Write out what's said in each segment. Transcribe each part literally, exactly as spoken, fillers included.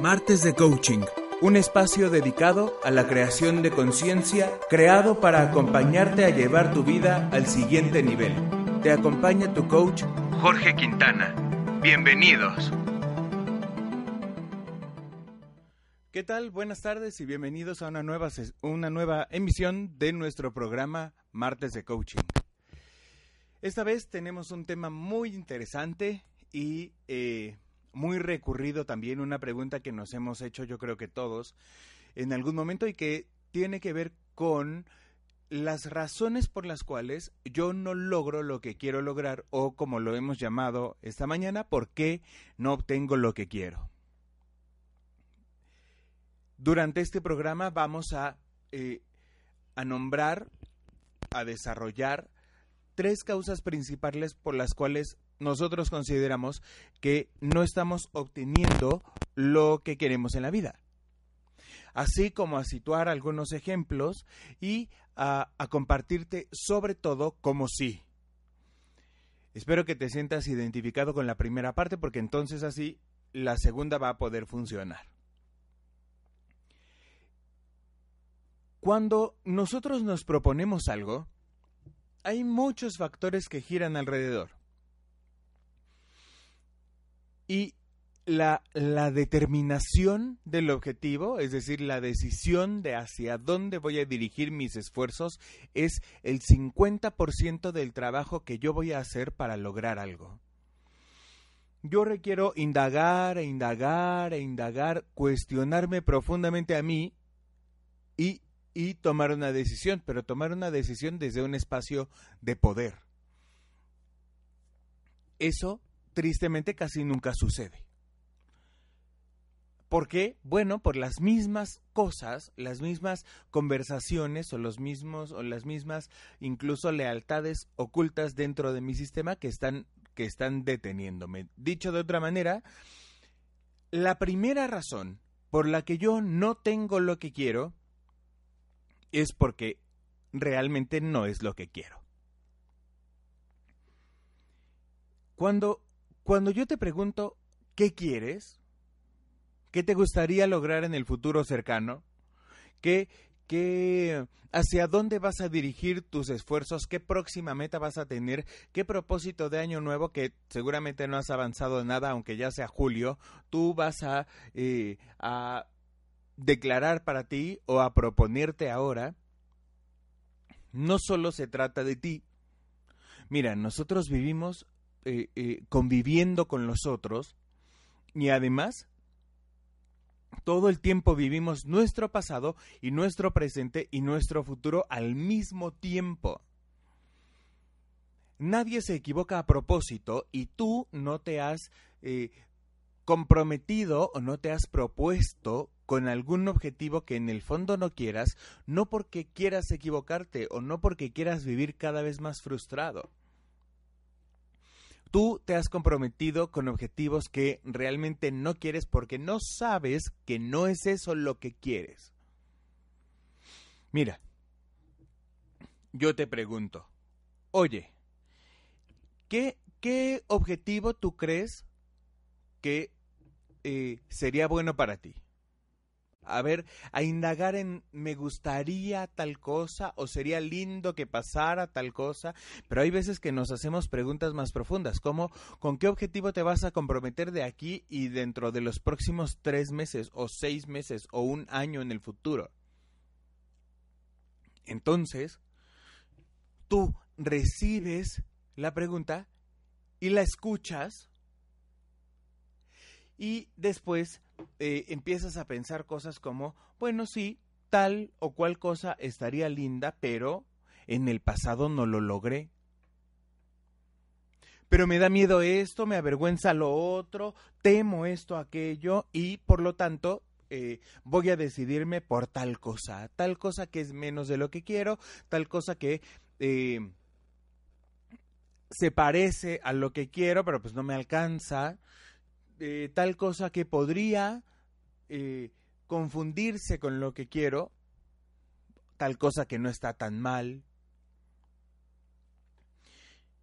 Martes de Coaching, un espacio dedicado a la creación de conciencia, creado para acompañarte a llevar tu vida al siguiente nivel. Te acompaña tu coach, Jorge Quintana. Bienvenidos. ¿Qué tal? Buenas tardes y bienvenidos a una nueva, ses- una nueva emisión de nuestro programa Martes de Coaching. Esta vez tenemos un tema muy interesante y eh, muy recurrido también, una pregunta que nos hemos hecho yo creo que todos en algún momento y que tiene que ver con las razones por las cuales yo no logro lo que quiero lograr o, como lo hemos llamado esta mañana, ¿por qué no obtengo lo que quiero? Durante este programa vamos a, eh, a nombrar, a desarrollar tres causas principales por las cuales nosotros consideramos que no estamos obteniendo lo que queremos en la vida. Así como a situar algunos ejemplos y a, a compartirte sobre todo cómo sí. Espero que te sientas identificado con la primera parte porque entonces así la segunda va a poder funcionar. Cuando nosotros nos proponemos algo, hay muchos factores que giran alrededor. Y la, la determinación del objetivo, es decir, la decisión de hacia dónde voy a dirigir mis esfuerzos, es el cincuenta por ciento del trabajo que yo voy a hacer para lograr algo. Yo requiero indagar e indagar e indagar, cuestionarme profundamente a mí y, y tomar una decisión, pero tomar una decisión desde un espacio de poder. Eso, tristemente, casi nunca sucede. ¿Por qué? Bueno, por las mismas cosas, las mismas conversaciones o los mismos o las mismas incluso lealtades ocultas dentro de mi sistema que están que están deteniéndome. Dicho de otra manera, la primera razón por la que yo no tengo lo que quiero es porque realmente no es lo que quiero. Cuando cuando yo te pregunto ¿qué quieres? ¿Qué te gustaría lograr en el futuro cercano? ¿Qué, qué, hacia dónde vas a dirigir tus esfuerzos? ¿Qué próxima meta vas a tener? ¿Qué propósito de año nuevo que seguramente no has avanzado en nada, aunque ya sea julio, tú vas a, eh, a declarar para ti o a proponerte ahora? No solo se trata de ti. Mira, nosotros vivimos eh, eh, conviviendo con los otros y además todo el tiempo vivimos nuestro pasado y nuestro presente y nuestro futuro al mismo tiempo. Nadie se equivoca a propósito y tú no te has eh, comprometido o no te has propuesto con algún objetivo que en el fondo no quieras, no porque quieras equivocarte o no porque quieras vivir cada vez más frustrado. Tú te has comprometido con objetivos que realmente no quieres porque no sabes que no es eso lo que quieres. Mira, yo te pregunto, oye, ¿qué, qué objetivo tú crees que eh, sería bueno para ti? A ver, a indagar en me gustaría tal cosa o sería lindo que pasara tal cosa, pero hay veces que nos hacemos preguntas más profundas, como ¿con qué objetivo te vas a comprometer de aquí y dentro de los próximos tres meses o seis meses o un año en el futuro? Entonces, tú recibes la pregunta y la escuchas y después eh, empiezas a pensar cosas como, bueno, sí, tal o cual cosa estaría linda, pero en el pasado no lo logré. Pero me da miedo esto, me avergüenza lo otro, temo esto, aquello, y por lo tanto eh, voy a decidirme por tal cosa, tal cosa que es menos de lo que quiero, tal cosa que eh, se parece a lo que quiero, pero pues no me alcanza. Eh, tal cosa que podría eh, confundirse con lo que quiero, tal cosa que no está tan mal.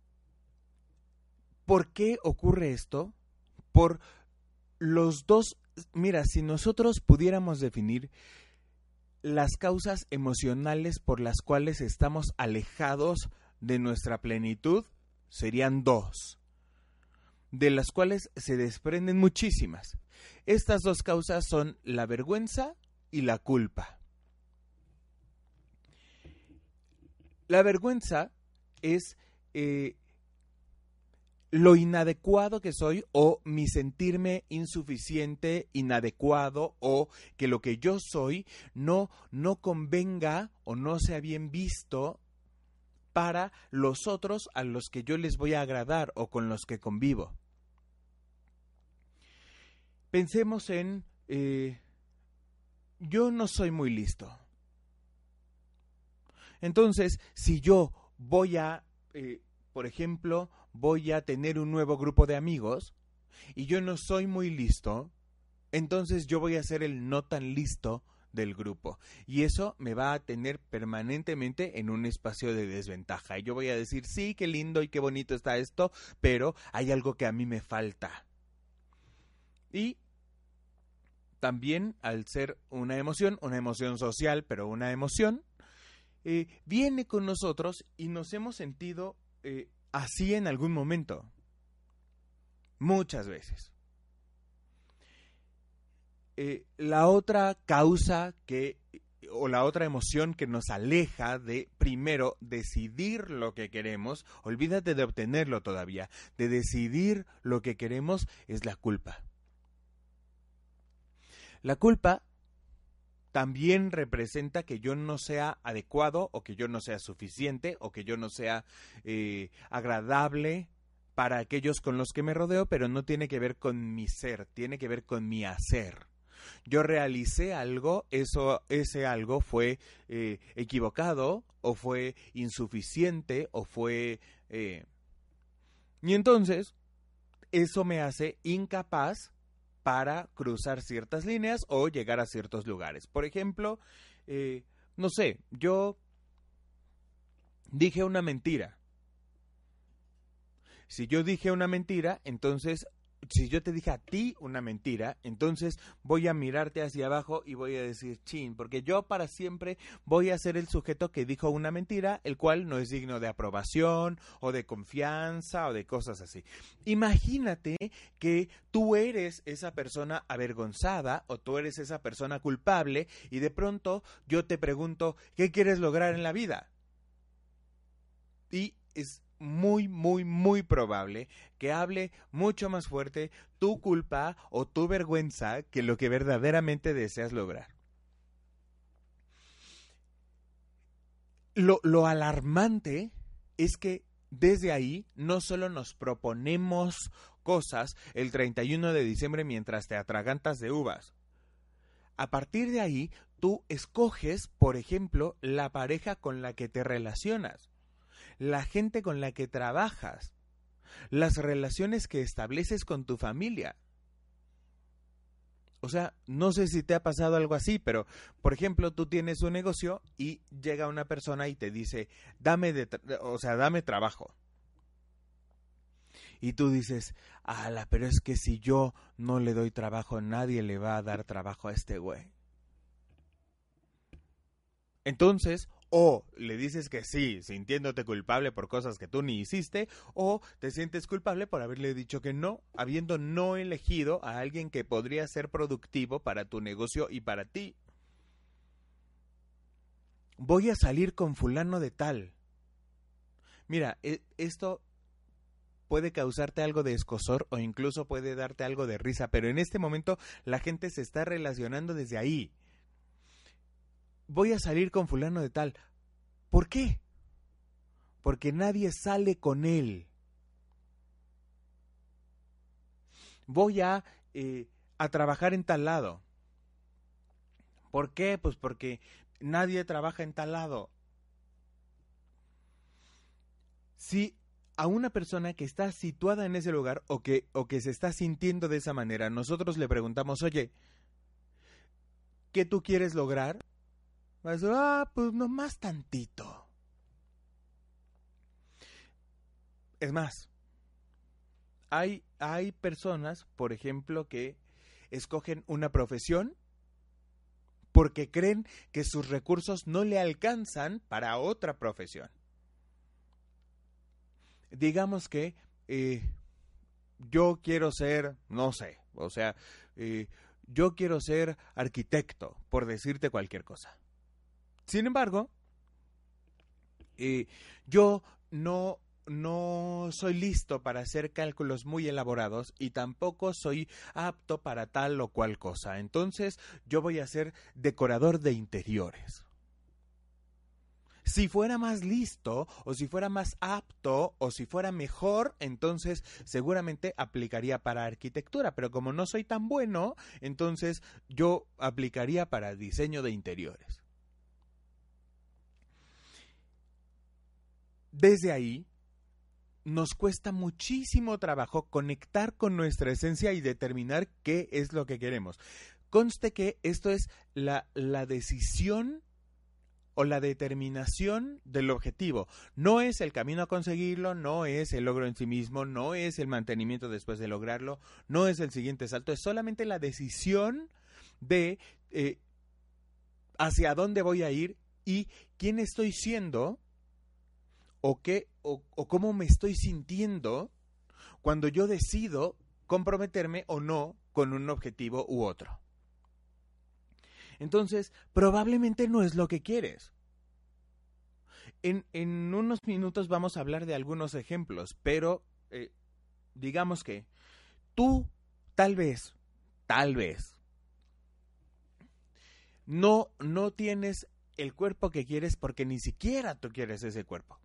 ¿Por qué ocurre esto? Por los dos mira, si nosotros pudiéramos definir las causas emocionales por las cuales estamos alejados de nuestra plenitud, serían dos, de las cuales se desprenden muchísimas. Estas dos causas son la vergüenza y la culpa. La vergüenza es eh, lo inadecuado que soy, o mi sentirme insuficiente, inadecuado, o que lo que yo soy no, no convenga o no sea bien visto para los otros a los que yo les voy a agradar o con los que convivo. Pensemos en, eh, yo no soy muy listo. Entonces, si yo voy a, eh, por ejemplo, voy a tener un nuevo grupo de amigos y yo no soy muy listo, entonces yo voy a ser el no tan listo del grupo. Y eso me va a tener permanentemente en un espacio de desventaja. Y yo voy a decir, sí, qué lindo y qué bonito está esto, pero hay algo que a mí me falta. Y también, al ser una emoción, una emoción social, pero una emoción, eh, viene con nosotros y nos hemos sentido eh, así en algún momento. Muchas veces. Eh, la otra causa que, o la otra emoción que nos aleja de, primero, decidir lo que queremos, olvídate de obtenerlo todavía, de decidir lo que queremos, es la culpa. La culpa también representa que yo no sea adecuado, o que yo no sea suficiente, o que yo no sea eh, agradable para aquellos con los que me rodeo, pero no tiene que ver con mi ser, tiene que ver con mi hacer. Yo realicé algo, eso, ese algo fue eh, equivocado, o fue insuficiente, o fue... Eh... Y entonces, eso me hace incapaz para cruzar ciertas líneas o llegar a ciertos lugares. Por ejemplo, eh, no sé, yo dije una mentira. Si yo dije una mentira, entonces, si yo te dije a ti una mentira, entonces voy a mirarte hacia abajo y voy a decir, chin, porque yo para siempre voy a ser el sujeto que dijo una mentira, el cual no es digno de aprobación o de confianza o de cosas así. Imagínate que tú eres esa persona avergonzada o tú eres esa persona culpable y de pronto yo te pregunto, ¿qué quieres lograr en la vida? Y es muy, muy, muy probable que hable mucho más fuerte tu culpa o tu vergüenza que lo que verdaderamente deseas lograr. Lo, lo alarmante es que desde ahí no solo nos proponemos cosas el treinta y uno de diciembre mientras te atragantas de uvas. A partir de ahí, tú escoges, por ejemplo, la pareja con la que te relacionas, la gente con la que trabajas, las relaciones que estableces con tu familia. O sea, no sé si te ha pasado algo así, pero, por ejemplo, tú tienes un negocio y llega una persona y te dice, dame de, o sea, dame trabajo. Y tú dices, ala, pero es que si yo no le doy trabajo, nadie le va a dar trabajo a este güey. Entonces, o le dices que sí, sintiéndote culpable por cosas que tú ni hiciste, o te sientes culpable por haberle dicho que no, habiendo no elegido a alguien que podría ser productivo para tu negocio y para ti. Voy a salir con fulano de tal. Mira, esto puede causarte algo de escozor o incluso puede darte algo de risa, pero en este momento la gente se está relacionando desde ahí. Voy a salir con fulano de tal. ¿Por qué? Porque nadie sale con él. Voy a, eh, a trabajar en tal lado. ¿Por qué? Pues porque nadie trabaja en tal lado. Si a una persona que está situada en ese lugar o que, o que se está sintiendo de esa manera, nosotros le preguntamos, oye, ¿qué tú quieres lograr? Va a decir, ah, pues nomás tantito. Es más, hay, hay personas, por ejemplo, que escogen una profesión porque creen que sus recursos no le alcanzan para otra profesión. Digamos que eh, yo quiero ser, no sé, o sea, eh, yo quiero ser arquitecto, por decirte cualquier cosa. Sin embargo, eh, yo no, no soy listo para hacer cálculos muy elaborados y tampoco soy apto para tal o cual cosa. Entonces, yo voy a ser decorador de interiores. Si fuera más listo, o si fuera más apto, o si fuera mejor, entonces seguramente aplicaría para arquitectura, pero como no soy tan bueno, entonces yo aplicaría para diseño de interiores. Desde ahí, nos cuesta muchísimo trabajo conectar con nuestra esencia y determinar qué es lo que queremos. Conste que esto es la, la decisión o la determinación del objetivo. No es el camino a conseguirlo, no es el logro en sí mismo, no es el mantenimiento después de lograrlo, no es el siguiente salto, es solamente la decisión de eh, hacia dónde voy a ir y quién estoy siendo o qué o, o cómo me estoy sintiendo cuando yo decido comprometerme o no con un objetivo u otro. Entonces, probablemente no es lo que quieres. En, en unos minutos vamos a hablar de algunos ejemplos, pero eh, digamos que tú tal vez, tal vez, no, no tienes el cuerpo que quieres porque ni siquiera tú quieres ese cuerpo.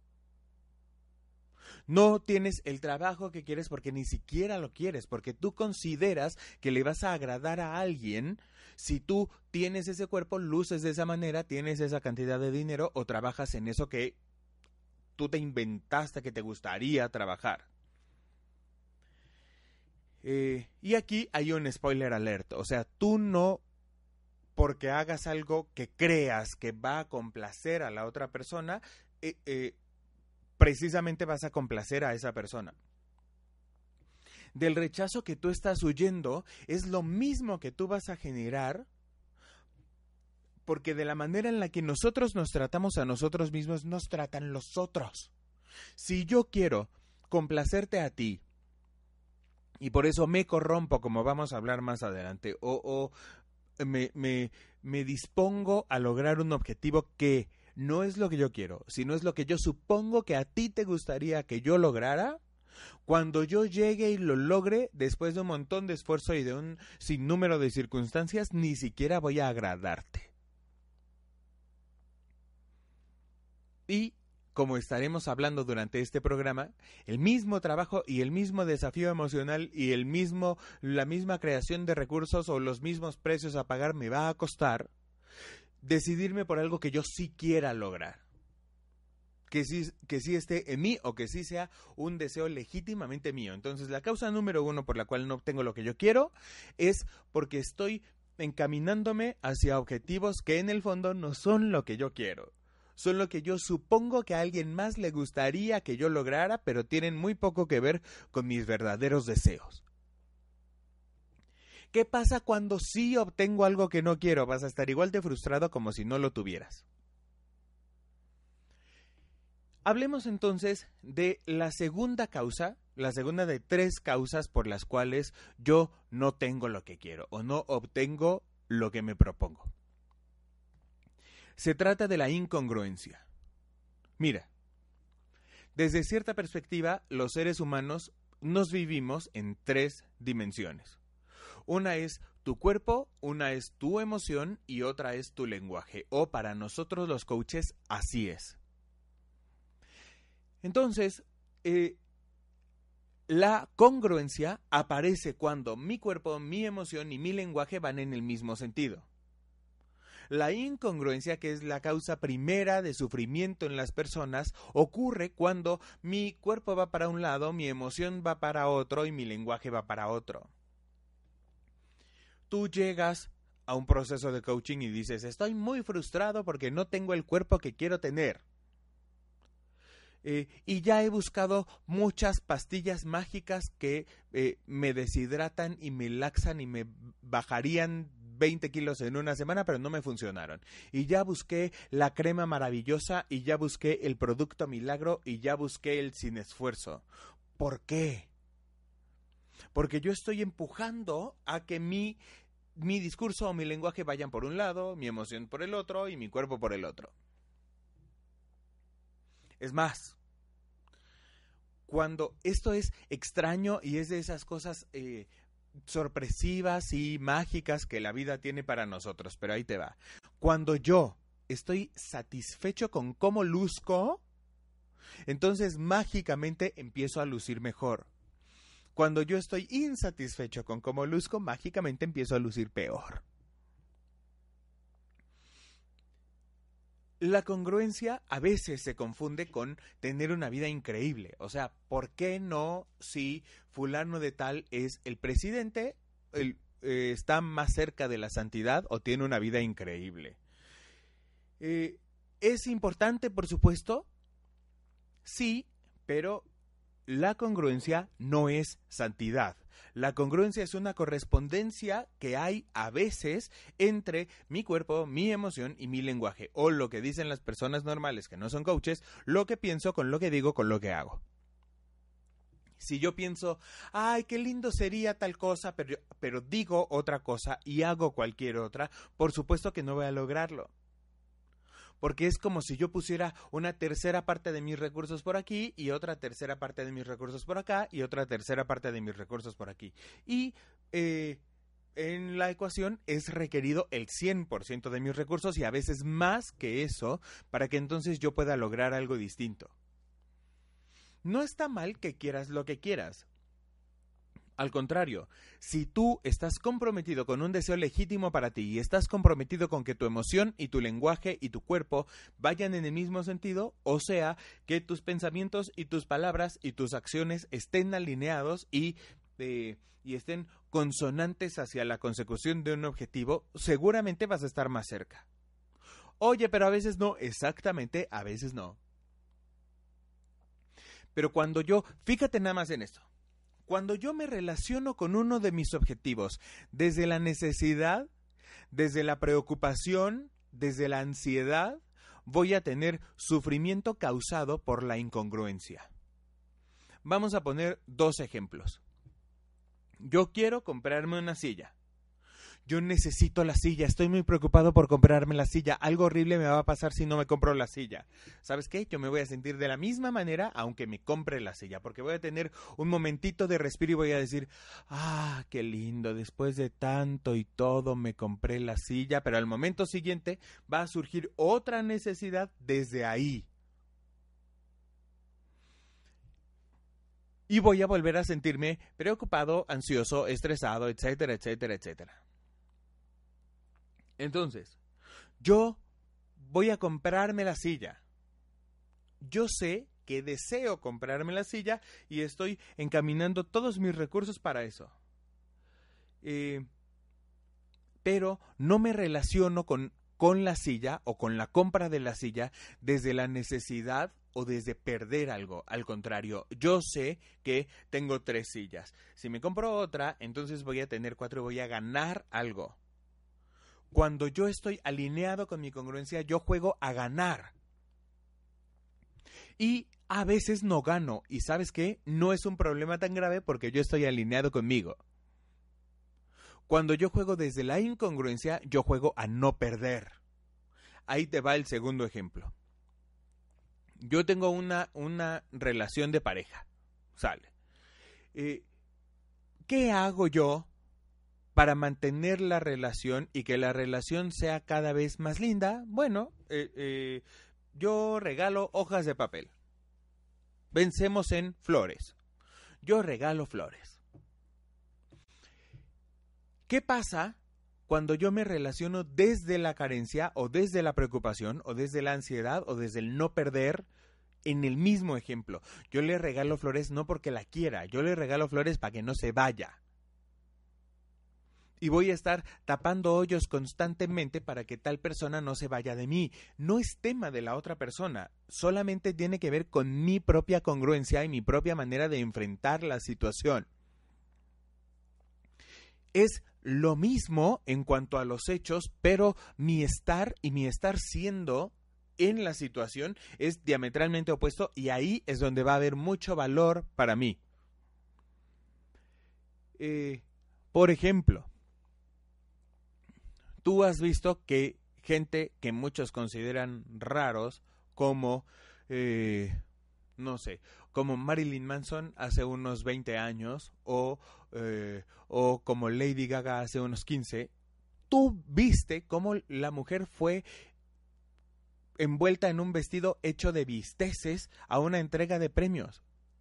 No tienes el trabajo que quieres porque ni siquiera lo quieres, porque tú consideras que le vas a agradar a alguien si tú tienes ese cuerpo, luces de esa manera, tienes esa cantidad de dinero o trabajas en eso que tú te inventaste que te gustaría trabajar. Eh, y aquí hay un spoiler alert, o sea, tú no, porque hagas algo que creas que va a complacer a la otra persona, eh, eh, precisamente vas a complacer a esa persona. Del rechazo que tú estás huyendo es lo mismo que tú vas a generar, porque de la manera en la que nosotros nos tratamos a nosotros mismos, nos tratan los otros. Si yo quiero complacerte a ti, y por eso me corrompo, como vamos a hablar más adelante, o, o me, me, me dispongo a lograr un objetivo que no es lo que yo quiero, sino es lo que yo supongo que a ti te gustaría que yo lograra. Cuando yo llegue y lo logre, después de un montón de esfuerzo y de un sinnúmero de circunstancias, ni siquiera voy a agradarte. Y, como estaremos hablando durante este programa, el mismo trabajo y el mismo desafío emocional y el mismo, la misma creación de recursos o los mismos precios a pagar me va a costar decidirme por algo que yo sí quiera lograr. Que sí, que sí esté en mí o que sí sea un deseo legítimamente mío. Entonces, la causa número uno por la cual no obtengo lo que yo quiero es porque estoy encaminándome hacia objetivos que en el fondo no son lo que yo quiero. Son lo que yo supongo que a alguien más le gustaría que yo lograra, pero tienen muy poco que ver con mis verdaderos deseos. ¿Qué pasa cuando sí obtengo algo que no quiero? Vas a estar igual de frustrado como si no lo tuvieras. Hablemos entonces de la segunda causa, la segunda de tres causas por las cuales yo no tengo lo que quiero o no obtengo lo que me propongo. Se trata de la incongruencia. Mira, desde cierta perspectiva, los seres humanos nos vivimos en tres dimensiones. Una es tu cuerpo, una es tu emoción y otra es tu lenguaje. O para nosotros los coaches, así es. Entonces, eh, la congruencia aparece cuando mi cuerpo, mi emoción y mi lenguaje van en el mismo sentido. La incongruencia, que es la causa primera de sufrimiento en las personas, ocurre cuando mi cuerpo va para un lado, mi emoción va para otro y mi lenguaje va para otro. Tú llegas a un proceso de coaching y dices, estoy muy frustrado porque no tengo el cuerpo que quiero tener. Eh, y ya he buscado muchas pastillas mágicas que eh, me deshidratan y me laxan y me bajarían veinte kilos en una semana, pero no me funcionaron. Y ya busqué la crema maravillosa y ya busqué el producto milagro y ya busqué el sin esfuerzo. ¿Por qué? Porque yo estoy empujando a que mi, mi discurso o mi lenguaje vayan por un lado, mi emoción por el otro y mi cuerpo por el otro. Es más, cuando esto es extraño y es de esas cosas eh, sorpresivas y mágicas que la vida tiene para nosotros, pero ahí te va. Cuando yo estoy satisfecho con cómo luzco, entonces mágicamente empiezo a lucir mejor. Cuando yo estoy insatisfecho con cómo luzco, mágicamente empiezo a lucir peor. La congruencia a veces se confunde con tener una vida increíble. O sea, ¿por qué no si fulano de tal es el presidente, el, eh, está más cerca de la santidad o tiene una vida increíble? Eh, ¿Es importante, por supuesto? Sí, pero la congruencia no es santidad. La congruencia es una correspondencia que hay a veces entre mi cuerpo, mi emoción y mi lenguaje. O lo que dicen las personas normales que no son coaches, lo que pienso con lo que digo con lo que hago. Si yo pienso, ay, qué lindo sería tal cosa, pero, pero digo otra cosa y hago cualquier otra, por supuesto que no voy a lograrlo. Porque es como si yo pusiera una tercera parte de mis recursos por aquí y otra tercera parte de mis recursos por acá y otra tercera parte de mis recursos por aquí. Y eh, en la ecuación es requerido el cien por ciento de mis recursos y a veces más que eso para que entonces yo pueda lograr algo distinto. No está mal que quieras lo que quieras. Al contrario, si tú estás comprometido con un deseo legítimo para ti y estás comprometido con que tu emoción y tu lenguaje y tu cuerpo vayan en el mismo sentido, o sea, que tus pensamientos y tus palabras y tus acciones estén alineados y, eh, y estén consonantes hacia la consecución de un objetivo, seguramente vas a estar más cerca. Oye, pero a veces no, exactamente, a veces no. Pero cuando yo, fíjate nada más en esto. Cuando yo me relaciono con uno de mis objetivos desde la necesidad, desde la preocupación, desde la ansiedad, voy a tener sufrimiento causado por la incongruencia. Vamos a poner dos ejemplos. Yo quiero comprarme una silla. Yo necesito la silla, estoy muy preocupado por comprarme la silla. Algo horrible me va a pasar si no me compro la silla. ¿Sabes qué? Yo me voy a sentir de la misma manera aunque me compre la silla, porque voy a tener un momentito de respiro y voy a decir, ah, qué lindo, después de tanto y todo me compré la silla, pero al momento siguiente va a surgir otra necesidad desde ahí. Y voy a volver a sentirme preocupado, ansioso, estresado, etcétera, etcétera, etcétera. Entonces, yo voy a comprarme la silla. Yo sé que deseo comprarme la silla y estoy encaminando todos mis recursos para eso. Eh, pero no me relaciono con, con la silla o con la compra de la silla desde la necesidad o desde perder algo. Al contrario, yo sé que tengo tres sillas. Si me compro otra, entonces voy a tener cuatro y voy a ganar algo. Cuando yo estoy alineado con mi congruencia, yo juego a ganar. Y a veces no gano. ¿Y sabes qué? No es un problema tan grave porque yo estoy alineado conmigo. Cuando yo juego desde la incongruencia, yo juego a no perder. Ahí te va el segundo ejemplo. Yo tengo una, una relación de pareja. Sale. Eh, ¿Qué hago yo para mantener la relación y que la relación sea cada vez más linda? Bueno, eh, eh, yo regalo hojas de papel. Pensemos en flores. Yo regalo flores. ¿Qué pasa cuando yo me relaciono desde la carencia o desde la preocupación o desde la ansiedad o desde el no perder? En el mismo ejemplo, yo le regalo flores no porque la quiera, yo le regalo flores para que no se vaya. y voy a estar tapando hoyos constantemente para que tal persona no se vaya de mí. No es tema de la otra persona, solamente tiene que ver con mi propia congruencia y mi propia manera de enfrentar la situación. Es lo mismo en cuanto a los hechos, pero mi estar y mi estar siendo en la situación es diametralmente opuesto, y ahí es donde va a haber mucho valor para mí. Eh, por ejemplo, tú has visto que gente que muchos consideran raros, como, eh, no sé, como Marilyn Manson hace unos veinte años, o, eh, o como Lady Gaga hace unos quince, tú viste cómo la mujer fue envuelta en un vestido hecho de bisteces a una entrega de premios.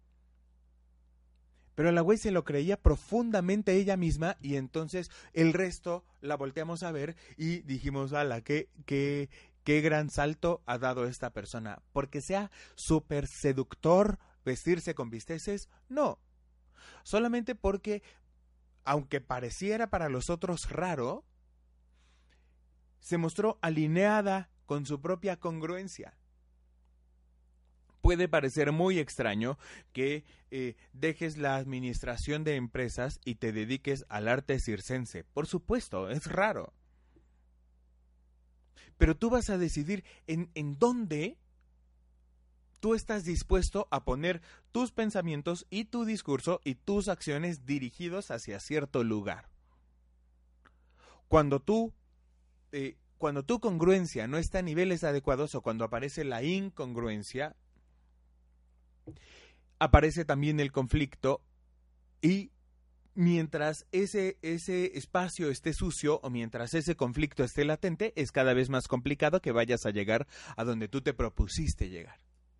Pero la güey se lo creía profundamente ella misma, y entonces el resto la volteamos a ver y dijimos, ala, qué, qué, qué gran salto ha dado esta persona. Porque sea súper seductor vestirse con bisteces, no. Solamente porque, aunque pareciera para los otros raro, se mostró alineada con su propia congruencia. Puede parecer muy extraño que eh, dejes la administración de empresas y te dediques al arte circense. Por supuesto, es raro. Pero tú vas a decidir en, en dónde tú estás dispuesto a poner tus pensamientos y tu discurso y tus acciones dirigidos hacia cierto lugar. Cuando tú... Eh, Cuando tu congruencia no está a niveles adecuados, o cuando aparece la incongruencia, aparece también el conflicto, y mientras ese, ese espacio esté sucio, o mientras ese conflicto esté latente, es cada vez más complicado que vayas a llegar a donde tú te propusiste llegar.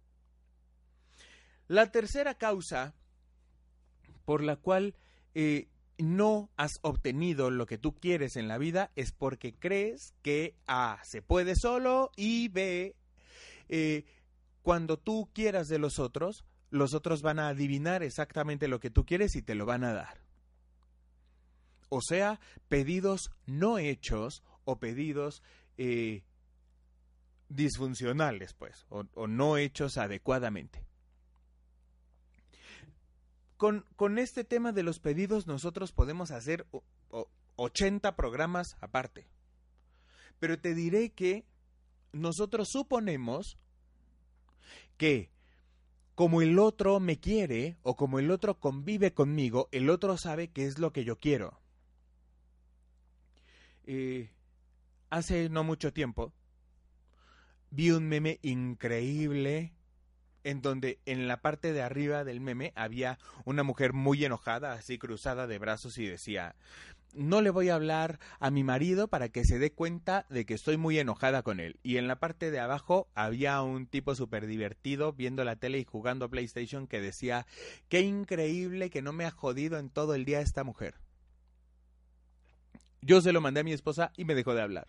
La tercera causa por la cual eh, no has obtenido lo que tú quieres en la vida es porque crees que A, se puede solo, y B, eh, cuando tú quieras de los otros, los otros van a adivinar exactamente lo que tú quieres y te lo van a dar. O sea, pedidos no hechos o pedidos eh, disfuncionales, pues, o, o no hechos adecuadamente. Con, con este tema de los pedidos nosotros podemos hacer o, o, ochenta programas aparte. Pero te diré que nosotros suponemos que como el otro me quiere o como el otro convive conmigo, el otro sabe qué es lo que yo quiero. Eh, hace no mucho tiempo vi un meme increíble en donde en la parte de arriba del meme había una mujer muy enojada, así cruzada de brazos, y decía: no le voy a hablar a mi marido para que se dé cuenta de que estoy muy enojada con él. Y en la parte de abajo había un tipo súper divertido viendo la tele y jugando a PlayStation que decía: qué increíble que no me ha jodido en todo el día esta mujer. Yo se lo mandé a mi esposa y me dejó de hablar.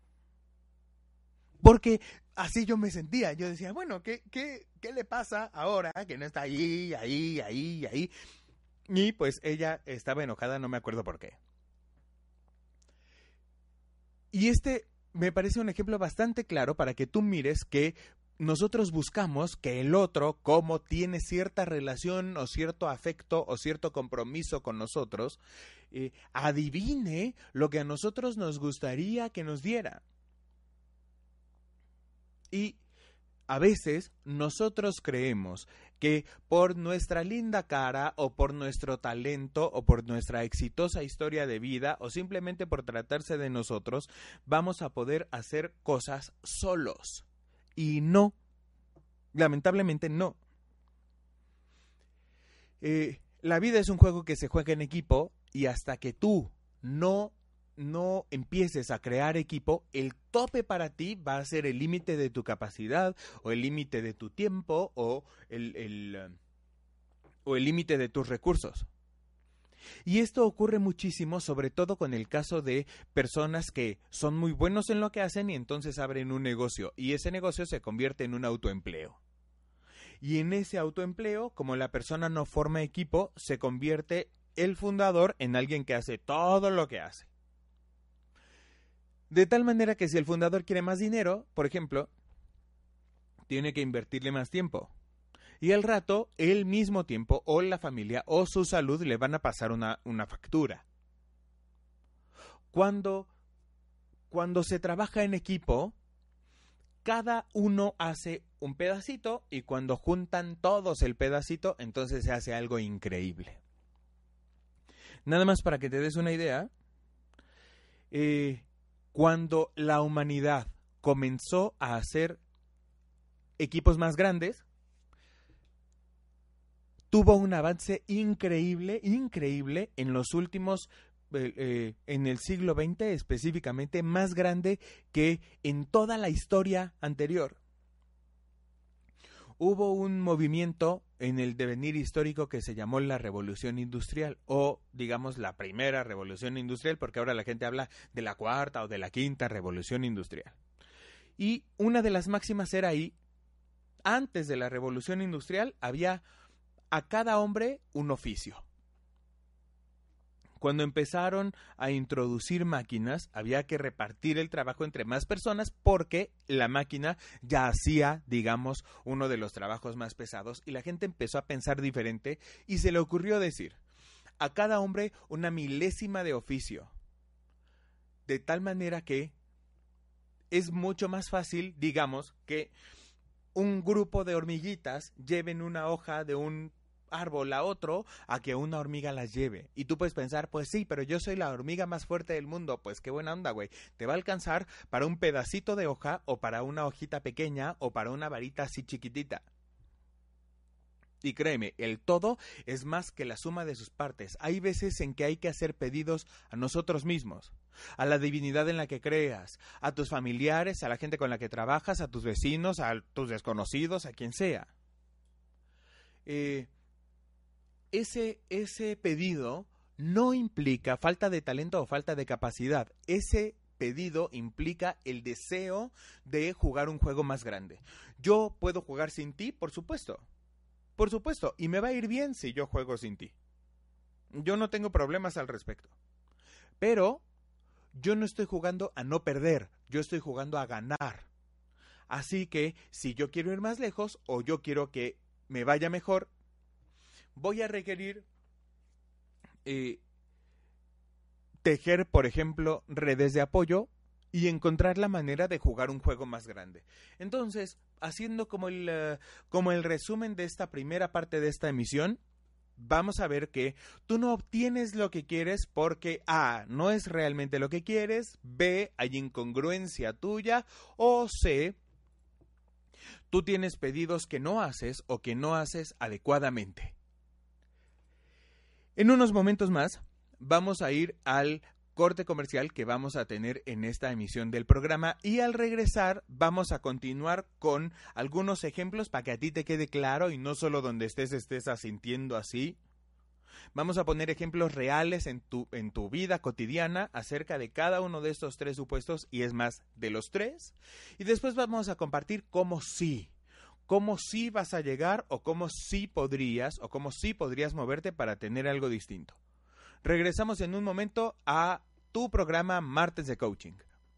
Porque así yo me sentía. Yo decía, bueno, ¿qué, qué, qué le pasa ahora que no está ahí, ahí, ahí, ahí? Y pues ella estaba enojada, no me acuerdo por qué. Y este me parece un ejemplo bastante claro para que tú mires que nosotros buscamos que el otro, como tiene cierta relación o cierto afecto o cierto compromiso con nosotros, eh, adivine lo que a nosotros nos gustaría que nos diera. Y a veces nosotros creemos que por nuestra linda cara o por nuestro talento o por nuestra exitosa historia de vida o simplemente por tratarse de nosotros, vamos a poder hacer cosas solos. Y no, lamentablemente no. Eh, la vida es un juego que se juega en equipo, y hasta que tú no no empieces a crear equipo, el tope para ti va a ser el límite de tu capacidad o el límite de tu tiempo o el, el, o el límite de tus recursos. Y esto ocurre muchísimo, sobre todo con el caso de personas que son muy buenos en lo que hacen y entonces abren un negocio, y ese negocio se convierte en un autoempleo. Y en ese autoempleo, como la persona no forma equipo, se convierte el fundador en alguien que hace todo lo que hace. De tal manera que si el fundador quiere más dinero, por ejemplo, tiene que invertirle más tiempo. Y al rato, el mismo tiempo, o la familia, o su salud le van a pasar una, una factura. Cuando, cuando se trabaja en equipo, cada uno hace un pedacito y cuando juntan todos el pedacito, entonces se hace algo increíble. Nada más para que te des una idea, eh, cuando la humanidad comenzó a hacer equipos más grandes, tuvo un avance increíble, increíble en los últimos, eh, eh, en el siglo veinte específicamente, más grande que en toda la historia anterior. Hubo un movimiento en el devenir histórico que se llamó la Revolución Industrial, o digamos la primera Revolución Industrial, porque ahora la gente habla de la cuarta o de la quinta Revolución Industrial. Y una de las máximas era ahí, antes de la Revolución Industrial había a cada hombre un oficio. Cuando empezaron a introducir máquinas, había que repartir el trabajo entre más personas porque la máquina ya hacía, digamos, uno de los trabajos más pesados y la gente empezó a pensar diferente y se le ocurrió decir, a cada hombre una milésima de oficio. De tal manera que es mucho más fácil, digamos, que un grupo de hormiguitas lleven una hoja de un árbol a otro a que una hormiga las lleve. Y tú puedes pensar, pues sí, pero yo soy la hormiga más fuerte del mundo. Pues qué buena onda, güey. Te va a alcanzar para un pedacito de hoja o para una hojita pequeña o para una varita así chiquitita. Y créeme, el todo es más que la suma de sus partes. Hay veces en que hay que hacer pedidos a nosotros mismos, a la divinidad en la que creas, a tus familiares, a la gente con la que trabajas, a tus vecinos, a tus desconocidos, a quien sea. Eh... Ese, ese pedido no implica falta de talento o falta de capacidad. Ese pedido implica el deseo de jugar un juego más grande. ¿Yo puedo jugar sin ti? Por supuesto. Por supuesto. Y me va a ir bien si yo juego sin ti. Yo no tengo problemas al respecto. Pero yo no estoy jugando a no perder. Yo estoy jugando a ganar. Así que si yo quiero ir más lejos o yo quiero que me vaya mejor, voy a requerir eh, tejer, por ejemplo, redes de apoyo y encontrar la manera de jugar un juego más grande. Entonces, haciendo como el, uh, como el resumen de esta primera parte de esta emisión, vamos a ver que tú no obtienes lo que quieres porque A, no es realmente lo que quieres, B, hay incongruencia tuya, o C, tú tienes pedidos que no haces o que no haces adecuadamente. En unos momentos más vamos a ir al corte comercial que vamos a tener en esta emisión del programa y al regresar vamos a continuar con algunos ejemplos para que a ti te quede claro y no solo donde estés estés asintiendo así. Vamos a poner ejemplos reales en tu, en tu vida cotidiana acerca de cada uno de estos tres supuestos y es más, de los tres. Y después vamos a compartir cómo sí. Cómo sí vas a llegar o cómo sí podrías o cómo sí podrías moverte para tener algo distinto. Regresamos en un momento a tu programa Martes de Coaching.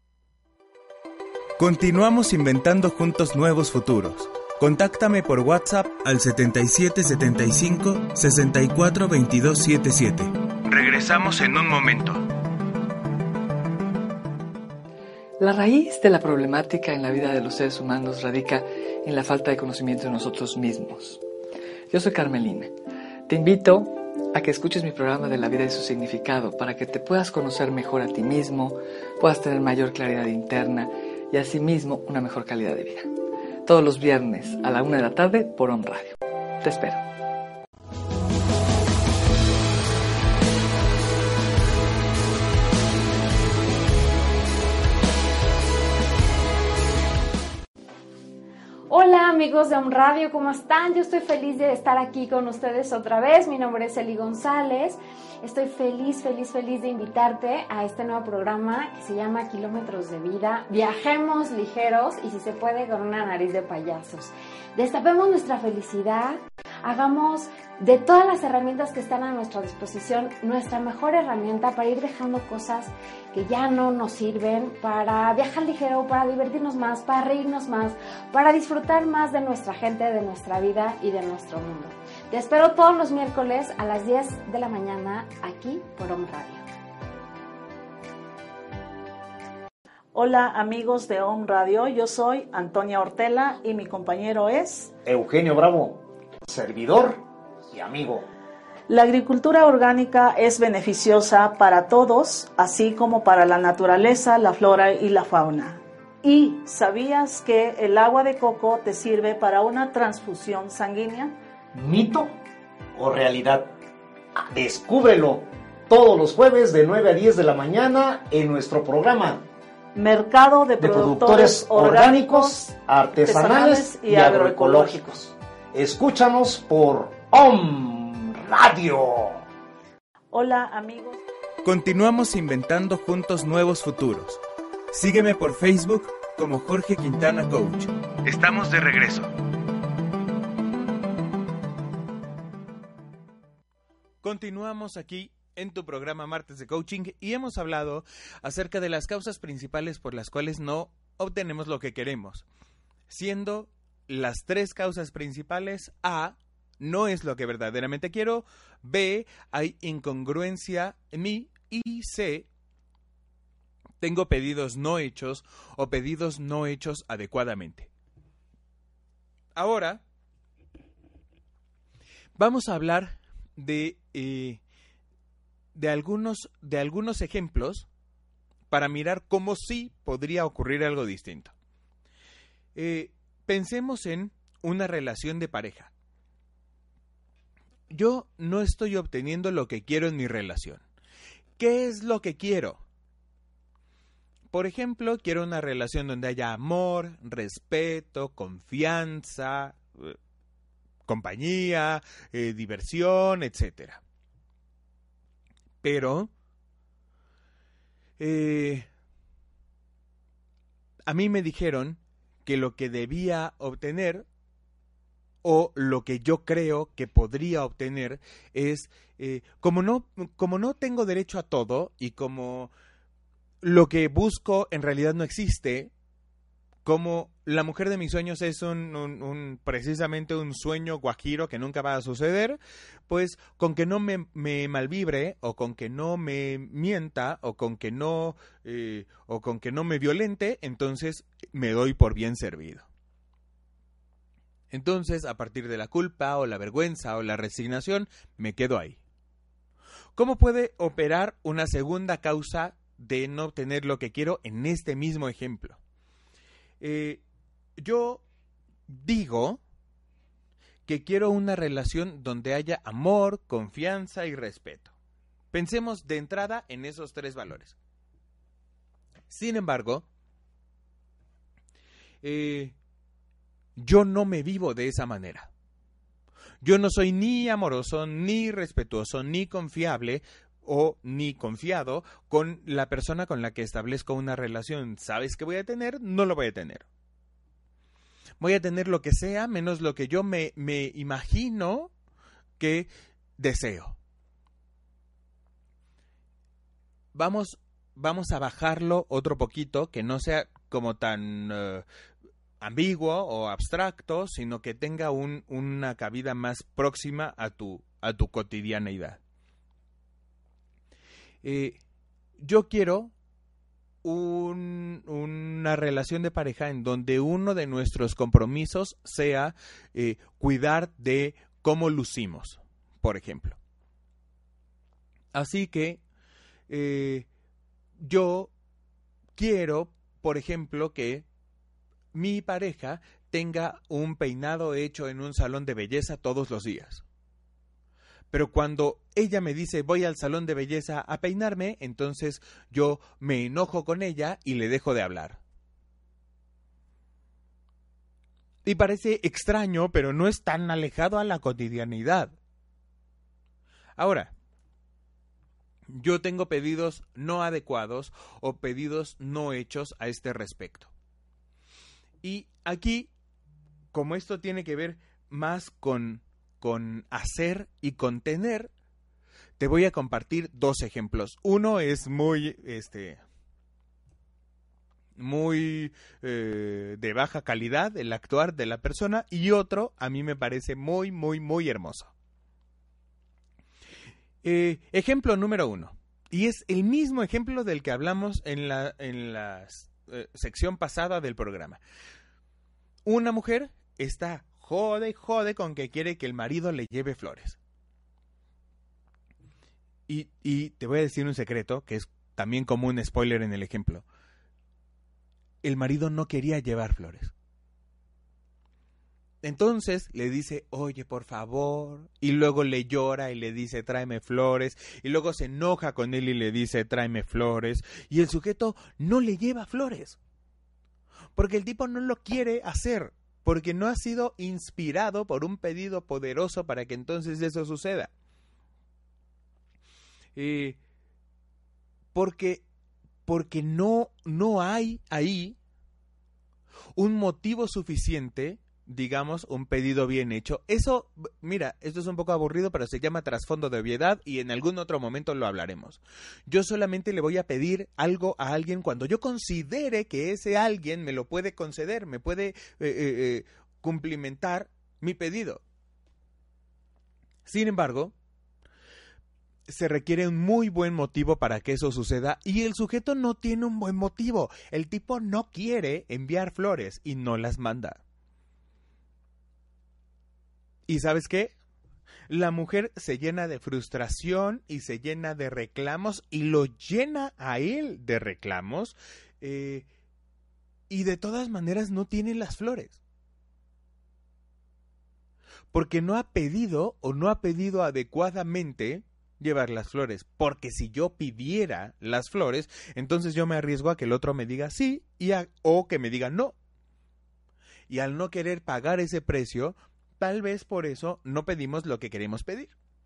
Continuamos inventando juntos nuevos futuros. Contáctame por WhatsApp al setenta y siete setenta y cinco sesenta y cuatro veintidós setenta y siete. Regresamos en un momento. La raíz de la problemática en la vida de los seres humanos radica en la falta de conocimiento de nosotros mismos. Yo soy Carmelina. Te invito a que escuches mi programa de la vida y su significado para que te puedas conocer mejor a ti mismo, puedas tener mayor claridad interna y asimismo una mejor calidad de vida. Todos los viernes a la una de la tarde por Om Radio. Te espero. Hola amigos de Om Radio, ¿cómo están? Yo estoy feliz de estar aquí con ustedes otra vez. Mi nombre es Eli González. Estoy feliz, feliz, feliz de invitarte a este nuevo programa que se llama Kilómetros de Vida. Viajemos ligeros y si se puede con una nariz de payasos. Destapemos nuestra felicidad, hagamos de todas las herramientas que están a nuestra disposición nuestra mejor herramienta para ir dejando cosas que ya no nos sirven, para viajar ligero, para divertirnos más, para reírnos más, para disfrutar más de nuestra gente, de nuestra vida y de nuestro mundo. Te espero todos los miércoles a las diez de la mañana aquí por Om Radio. Hola amigos de Om Radio, yo soy Antonia Ortela y mi compañero es Eugenio Bravo, servidor y amigo. La agricultura orgánica es beneficiosa para todos, así como para la naturaleza, la flora y la fauna. ¿Y sabías que el agua de coco te sirve para una transfusión sanguínea? ¿Mito o realidad? Descúbrelo todos los jueves de nueve a diez de la mañana en nuestro programa Mercado de, de productores, productores orgánicos, artesanales y agroecológicos. Escúchanos por Om Radio. Hola amigos. Continuamos inventando juntos nuevos futuros. Sígueme por Facebook como Jorge Quintana Coach. Estamos de regreso. Continuamos aquí en tu programa Martes de Coaching y hemos hablado acerca de las causas principales por las cuales no obtenemos lo que queremos, siendo las tres causas principales: A, no es lo que verdaderamente quiero; B, hay incongruencia en mí; y C, tengo pedidos no hechos o pedidos no hechos adecuadamente. Ahora vamos a hablar de eh, de algunos de algunos ejemplos para mirar cómo sí podría ocurrir algo distinto. Eh, pensemos en una relación de pareja. Yo no estoy obteniendo lo que quiero en mi relación. ¿Qué es lo que quiero? Por ejemplo, quiero una relación donde haya amor, respeto, confianza, eh, compañía, eh, diversión, etcétera. Pero eh, a mí me dijeron que lo que debía obtener o lo que yo creo que podría obtener es, eh, como no, como no tengo derecho a todo y como lo que busco en realidad no existe, como la mujer de mis sueños es un, un, un precisamente un sueño guajiro que nunca va a suceder, pues con que no me, me malvibre o con que no me mienta o con que no eh, o con que no me violente, entonces me doy por bien servido. Entonces, a partir de la culpa o la vergüenza o la resignación, me quedo ahí. ¿Cómo puede operar una segunda causa de no obtener lo que quiero en este mismo ejemplo? Eh, yo digo que quiero una relación donde haya amor, confianza y respeto. Pensemos de entrada en esos tres valores. Sin embargo, eh, yo no me vivo de esa manera. Yo no soy ni amoroso, ni respetuoso, ni confiable o ni confiado con la persona con la que establezco una relación. ¿Sabes qué voy a tener? No lo voy a tener. Voy a tener lo que sea menos lo que yo me, me imagino que deseo. Vamos, vamos a bajarlo otro poquito, que no sea como tan uh, ambiguo o abstracto, sino que tenga un, una cabida más próxima a tu, a tu cotidianeidad. Eh, yo quiero un, una relación de pareja en donde uno de nuestros compromisos sea eh, cuidar de cómo lucimos, por ejemplo. Así que eh, yo quiero, por ejemplo, que mi pareja tenga un peinado hecho en un salón de belleza todos los días. Pero cuando ella me dice voy al salón de belleza a peinarme, entonces yo me enojo con ella y le dejo de hablar. Y parece extraño, pero no es tan alejado a la cotidianidad. Ahora, yo tengo pedidos no adecuados o pedidos no hechos a este respecto. Y aquí, como esto tiene que ver más con con hacer y con tener, te voy a compartir dos ejemplos. Uno es muy, este, muy eh, de baja calidad, el actuar de la persona, y otro a mí me parece muy, muy, muy hermoso. Eh, ejemplo número uno, y es el mismo ejemplo del que hablamos en la, en la eh, sección pasada del programa. Una mujer está jode y jode con que quiere que el marido le lleve flores. Y, y te voy a decir un secreto, que es también como un spoiler en el ejemplo. El marido no quería llevar flores. Entonces le dice, oye, por favor, y luego le llora y le dice, tráeme flores, y luego se enoja con él y le dice, tráeme flores, y el sujeto no le lleva flores, porque el tipo no lo quiere hacer, porque no ha sido inspirado por un pedido poderoso para que entonces eso suceda. Eh, porque porque no, no hay ahí un motivo suficiente, digamos, un pedido bien hecho. Eso, mira, esto es un poco aburrido, pero se llama trasfondo de obviedad y en algún otro momento lo hablaremos. Yo solamente le voy a pedir algo a alguien cuando yo considere que ese alguien me lo puede conceder, me puede eh, eh, eh, cumplimentar mi pedido. Sin embargo, se requiere un muy buen motivo para que eso suceda y el sujeto no tiene un buen motivo. El tipo no quiere enviar flores y no las manda. ¿Y sabes qué? La mujer se llena de frustración y se llena de reclamos y lo llena a él de reclamos eh, y de todas maneras no tiene las flores. Porque no ha pedido o no ha pedido adecuadamente llevar las flores, porque si yo pidiera las flores, entonces yo me arriesgo a que el otro me diga sí y a, o que me diga no. Y al no querer pagar ese precio, tal vez por eso no pedimos lo que queremos pedir.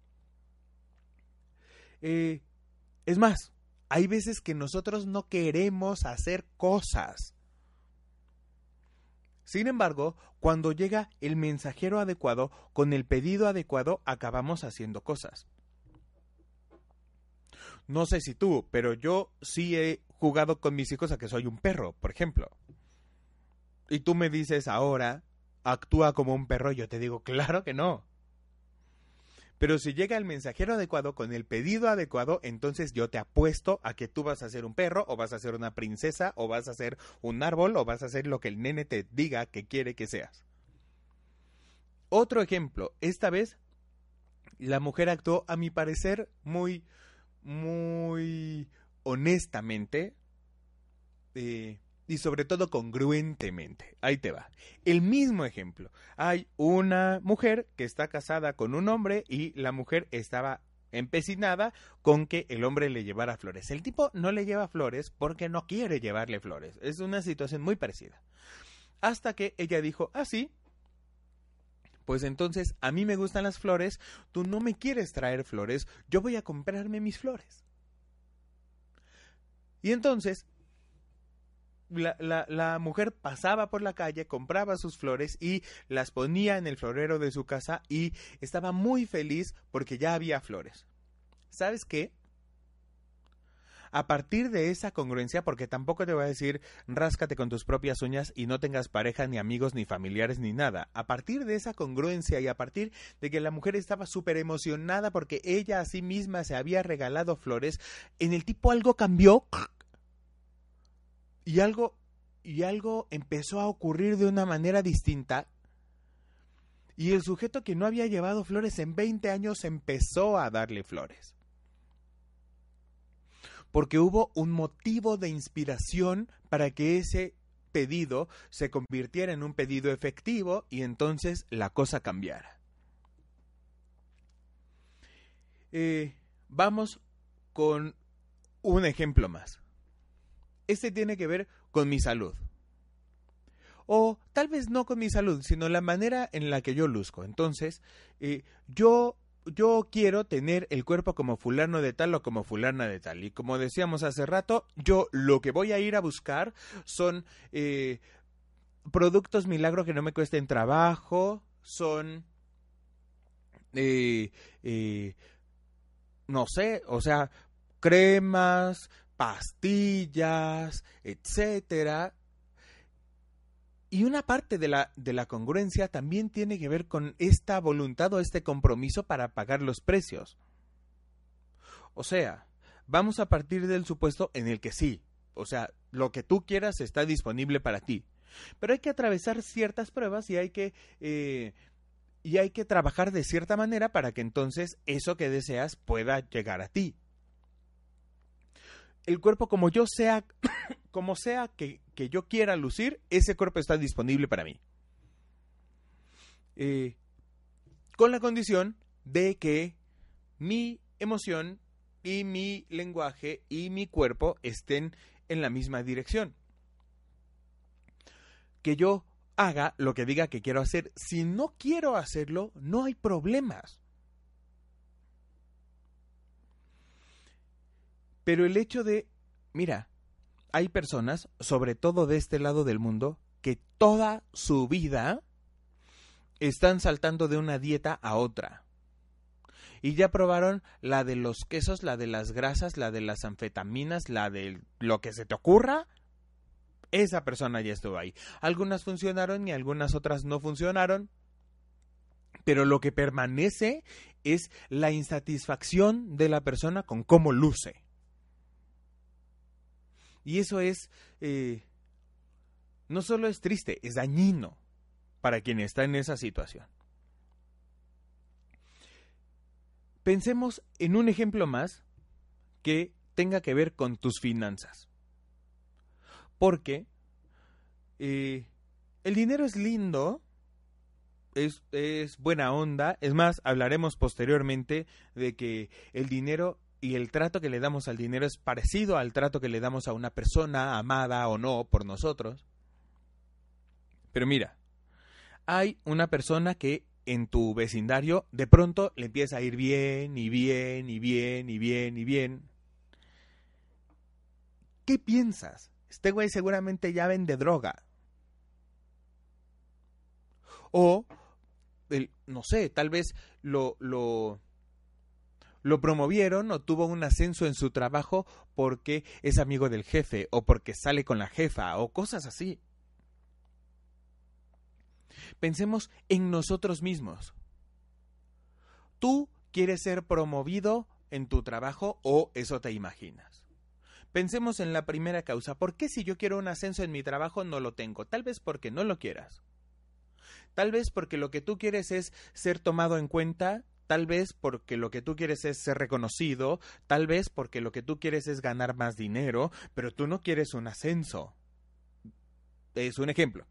Eh, es más, hay veces que nosotros no queremos hacer cosas. Sin embargo, cuando llega el mensajero adecuado, con el pedido adecuado, acabamos haciendo cosas. No sé si tú, pero yo sí he jugado con mis hijos a que soy un perro, por ejemplo. Y tú me dices ahora, actúa como un perro, yo te digo, claro que no. Pero si llega el mensajero adecuado con el pedido adecuado, entonces yo te apuesto a que tú vas a ser un perro, o vas a ser una princesa, o vas a ser un árbol, o vas a ser lo que el nene te diga que quiere que seas. Otro ejemplo, esta vez la mujer actuó, a mi parecer, muy... muy honestamente eh, y sobre todo congruentemente. Ahí te va. El mismo ejemplo. Hay una mujer que está casada con un hombre y la mujer estaba empecinada con que el hombre le llevara flores. El tipo no le lleva flores porque no quiere llevarle flores. Es una situación muy parecida. Hasta que ella dijo, ah, sí, pues entonces a mí me gustan las flores, tú no me quieres traer flores, yo voy a comprarme mis flores. Y entonces la, la, la mujer pasaba por la calle, compraba sus flores y las ponía en el florero de su casa y estaba muy feliz porque ya había flores. ¿Sabes qué? A partir de esa congruencia, porque tampoco te voy a decir ráscate con tus propias uñas y no tengas pareja, ni amigos, ni familiares, ni nada. A partir de esa congruencia y a partir de que la mujer estaba súper emocionada porque ella a sí misma se había regalado flores, en el tipo algo cambió y algo, y algo empezó a ocurrir de una manera distinta. Y el sujeto que no había llevado flores en veinte años empezó a darle flores. Porque hubo un motivo de inspiración para que ese pedido se convirtiera en un pedido efectivo y entonces la cosa cambiara. Eh, vamos con un ejemplo más. Este tiene que ver con mi salud. O tal vez no con mi salud, sino la manera en la que yo luzco. Entonces, eh, yo... Yo quiero tener el cuerpo como fulano de tal o como fulana de tal. Y como decíamos hace rato, yo lo que voy a ir a buscar son eh, productos milagro que no me cuesten trabajo, son eh, eh, no sé, o sea, cremas, pastillas, etcétera. Y una parte de la, de la congruencia también tiene que ver con esta voluntad o este compromiso para pagar los precios. O sea, vamos a partir del supuesto en el que sí, o sea, lo que tú quieras está disponible para ti. Pero hay que atravesar ciertas pruebas y hay que, eh, y hay que trabajar de cierta manera para que entonces eso que deseas pueda llegar a ti. El cuerpo como yo sea, como sea que, que yo quiera lucir, ese cuerpo está disponible para mí. Eh, con la condición de que mi emoción y mi lenguaje y mi cuerpo estén en la misma dirección. Que yo haga lo que diga que quiero hacer. Si no quiero hacerlo, no hay problemas. Pero el hecho de, mira, hay personas, sobre todo de este lado del mundo, que toda su vida están saltando de una dieta a otra. Y ya probaron la de los quesos, la de las grasas, la de las anfetaminas, la de lo que se te ocurra. Esa persona ya estuvo ahí. Algunas funcionaron y algunas otras no funcionaron. Pero lo que permanece es la insatisfacción de la persona con cómo luce. Y eso es, eh, no solo es triste, es dañino para quien está en esa situación. Pensemos en un ejemplo más que tenga que ver con tus finanzas. Porque eh, el dinero es lindo, es, es buena onda. Es más, hablaremos posteriormente de que el dinero y el trato que le damos al dinero es parecido al trato que le damos a una persona, amada o no por nosotros. Pero mira, hay una persona que en tu vecindario de pronto le empieza a ir bien y bien y bien y bien y bien. ¿Qué piensas? Este güey seguramente ya vende droga. O, el, no sé, tal vez lo, lo, lo promovieron o tuvo un ascenso en su trabajo porque es amigo del jefe o porque sale con la jefa o cosas así. Pensemos en nosotros mismos. ¿Tú quieres ser promovido en tu trabajo o eso te imaginas? Pensemos en la primera causa. ¿Por qué si yo quiero un ascenso en mi trabajo no lo tengo? Tal vez porque no lo quieras. Tal vez porque lo que tú quieres es ser tomado en cuenta. Tal vez porque lo que tú quieres es ser reconocido. Tal vez porque lo que tú quieres es ganar más dinero. Pero tú no quieres un ascenso. Es un ejemplo.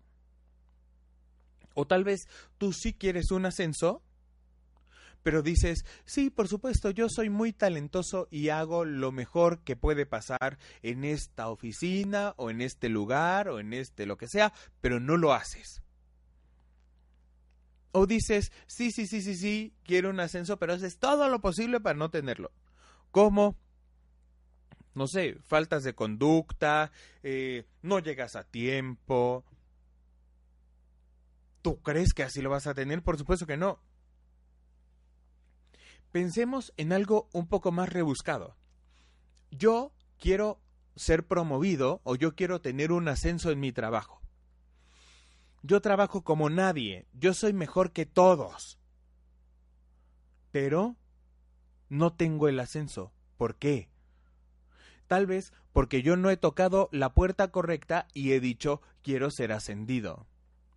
O tal vez tú sí quieres un ascenso, pero dices, sí, por supuesto, yo soy muy talentoso y hago lo mejor que puede pasar en esta oficina o en este lugar o en este lo que sea, pero no lo haces. O dices, sí, sí, sí, sí, sí, quiero un ascenso, pero haces todo lo posible para no tenerlo. ¿Cómo? No sé, faltas de conducta, eh, no llegas a tiempo. ¿Tú crees que así lo vas a tener? Por supuesto que no. Pensemos en algo un poco más rebuscado. Yo quiero ser promovido o yo quiero tener un ascenso en mi trabajo. Yo trabajo como nadie. Yo soy mejor que todos. Pero no tengo el ascenso. ¿Por qué? Tal vez porque yo no he tocado la puerta correcta y he dicho quiero ser ascendido.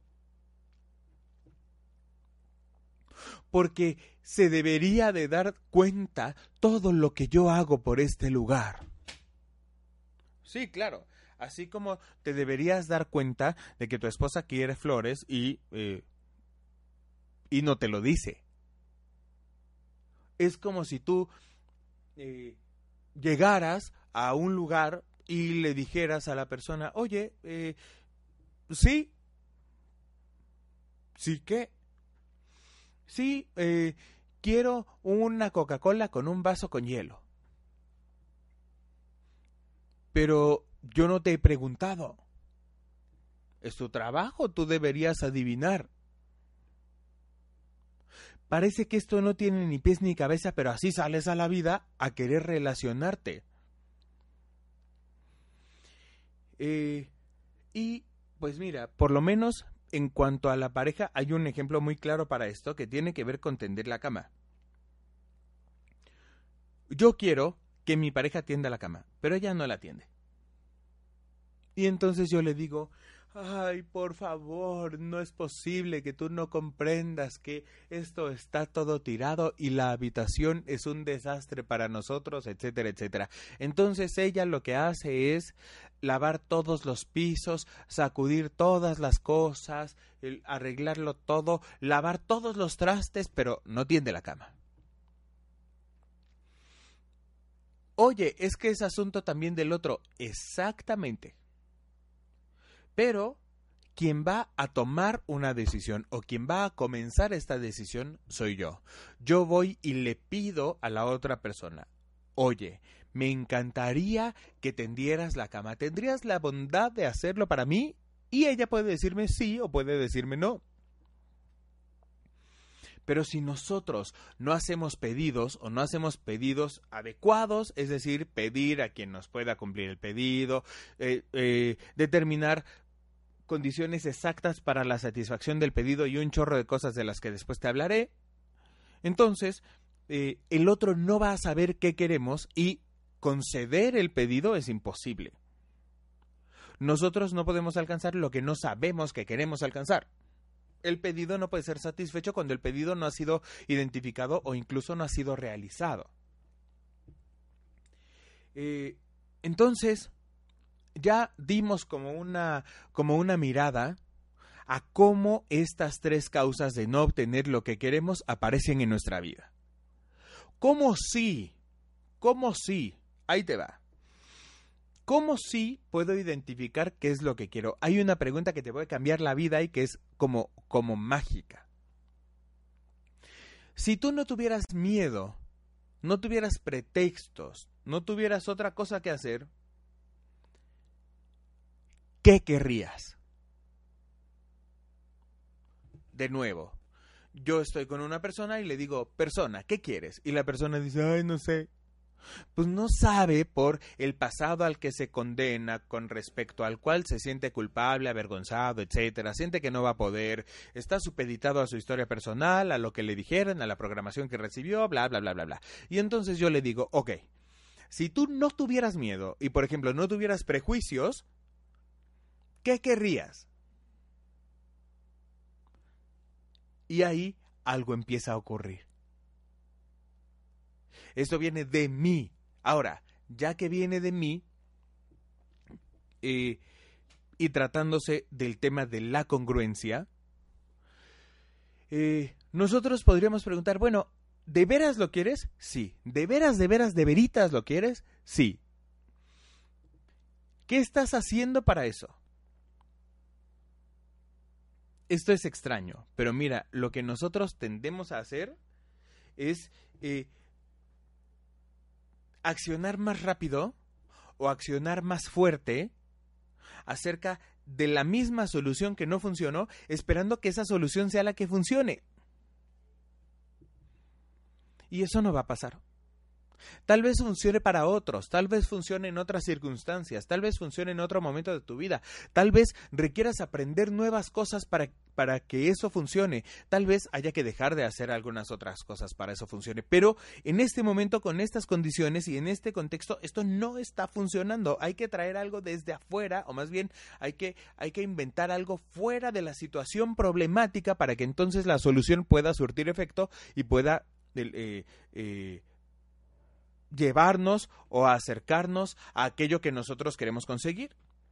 Porque se debería de dar cuenta todo lo que yo hago por este lugar. Sí, claro. Así como te deberías dar cuenta de que tu esposa quiere flores y, eh, y no te lo dice. Es como si tú eh, llegaras a un lugar y le dijeras a la persona, oye, eh, sí, sí que... Sí, eh, quiero una Coca-Cola con un vaso con hielo. Pero yo no te he preguntado. Es tu trabajo, tú deberías adivinar. parece que esto no tiene ni pies ni cabeza, pero así sales a la vida a querer relacionarte. Eh, y pues mira, por lo menos en cuanto a la pareja hay un ejemplo muy claro para esto que tiene que ver con tender la cama. Yo quiero que mi pareja tienda la cama, pero ella no la tiende. Y entonces yo le digo, ay, por favor, no es posible que tú no comprendas que esto está todo tirado y la habitación es un desastre para nosotros, etcétera, etcétera. Entonces ella lo que hace es lavar todos los pisos, sacudir todas las cosas, el arreglarlo todo, lavar todos los trastes, pero no tiende la cama. Oye, es que es asunto también del otro. Exactamente. Pero quien va a tomar una decisión o quien va a comenzar esta decisión soy yo. Yo voy y le pido a la otra persona, oye, me encantaría que tendieras la cama. ¿Tendrías la bondad de hacerlo para mí? Y ella puede decirme sí o puede decirme no. Pero si nosotros no hacemos pedidos o no hacemos pedidos adecuados, es decir, pedir a quien nos pueda cumplir el pedido, eh, eh, determinar condiciones exactas para la satisfacción del pedido y un chorro de cosas de las que después te hablaré, entonces eh, el otro no va a saber qué queremos y conceder el pedido es imposible. Nosotros no podemos alcanzar lo que no sabemos que queremos alcanzar. El pedido no puede ser satisfecho cuando el pedido no ha sido identificado o incluso no ha sido realizado. Eh, entonces, ya dimos como una, como una mirada a cómo estas tres causas de no obtener lo que queremos aparecen en nuestra vida. ¿Cómo sí? ¿Cómo sí? Ahí te va. ¿Cómo sí puedo identificar qué es lo que quiero? Hay una pregunta que te puede cambiar la vida y que es como, como mágica. Si tú no tuvieras miedo, no tuvieras pretextos, no tuvieras otra cosa que hacer, ¿qué querrías? De nuevo, yo estoy con una persona y le digo, persona, ¿qué quieres? Y la persona dice, ay, no sé. Pues no sabe por el pasado al que se condena, con respecto al cual se siente culpable, avergonzado, etcétera. Siente que no va a poder, está supeditado a su historia personal, a lo que le dijeron, a la programación que recibió, bla, bla, bla, bla, bla. Y entonces yo le digo, ok, si tú no tuvieras miedo y, por ejemplo, no tuvieras prejuicios, ¿qué querrías? Y ahí algo empieza a ocurrir. Esto viene de mí. Ahora, ya que viene de mí, eh, y tratándose del tema de la congruencia, eh, nosotros podríamos preguntar, bueno, ¿de veras lo quieres? Sí. ¿De veras, de veras, de veritas lo quieres? Sí. ¿Qué estás haciendo para eso? Esto es extraño, pero mira, lo que nosotros tendemos a hacer es eh, accionar más rápido o accionar más fuerte acerca de la misma solución que no funcionó, esperando que esa solución sea la que funcione. Y eso no va a pasar. Tal vez funcione para otros, tal vez funcione en otras circunstancias, tal vez funcione en otro momento de tu vida, tal vez requieras aprender nuevas cosas para, para que eso funcione, tal vez haya que dejar de hacer algunas otras cosas para eso funcione, pero en este momento, con estas condiciones y en este contexto, esto no está funcionando. Hay que traer algo desde afuera, o más bien hay que, hay que inventar algo fuera de la situación problemática para que entonces la solución pueda surtir efecto y pueda eh, eh, llevarnos o acercarnos a aquello que nosotros queremos conseguir.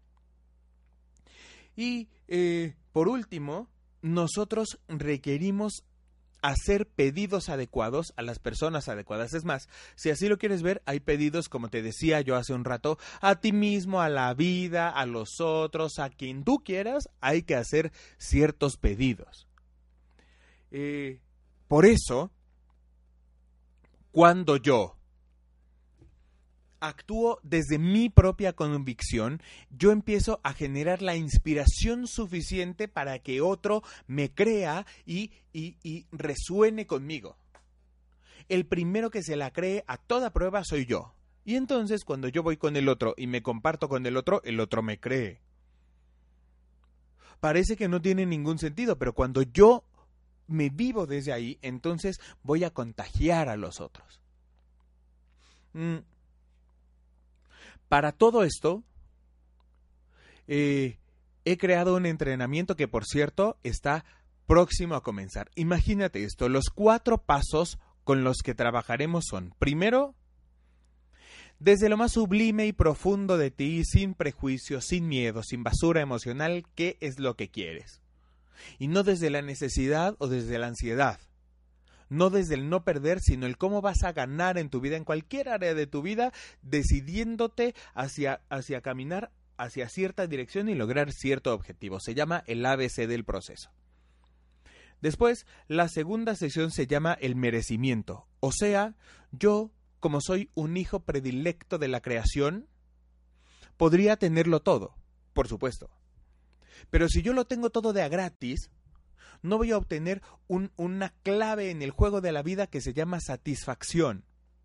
Y eh, por último, nosotros requerimos hacer pedidos adecuados a las personas adecuadas. Es más, si así lo quieres ver, hay pedidos, como te decía yo hace un rato, a ti mismo, a la vida, a los otros, a quien tú quieras, hay que hacer ciertos pedidos. Eh, por eso, cuando yo actúo desde mi propia convicción, yo empiezo a generar la inspiración suficiente para que otro me crea y, y, y resuene conmigo. El primero que se la cree a toda prueba soy yo. Y entonces cuando yo voy con el otro y me comparto con el otro, el otro me cree. Parece que no tiene ningún sentido, pero cuando yo me vivo desde ahí, entonces voy a contagiar a los otros. Mm. Para todo esto, eh, he creado un entrenamiento que, por cierto, está próximo a comenzar. Imagínate esto, los cuatro pasos con los que trabajaremos son, primero, desde lo más sublime y profundo de ti, sin prejuicios, sin miedo, sin basura emocional, ¿qué es lo que quieres? Y no desde la necesidad o desde la ansiedad. No desde el no perder, sino el cómo vas a ganar en tu vida, en cualquier área de tu vida, decidiéndote hacia, hacia caminar hacia cierta dirección y lograr cierto objetivo. Se llama el A B C del proceso. Después, la segunda sesión se llama el merecimiento. O sea, yo, como soy un hijo predilecto de la creación, podría tenerlo todo, por supuesto. Pero si yo lo tengo todo de a gratis, no voy a obtener un, una clave en el juego de la vida que se llama satisfacción.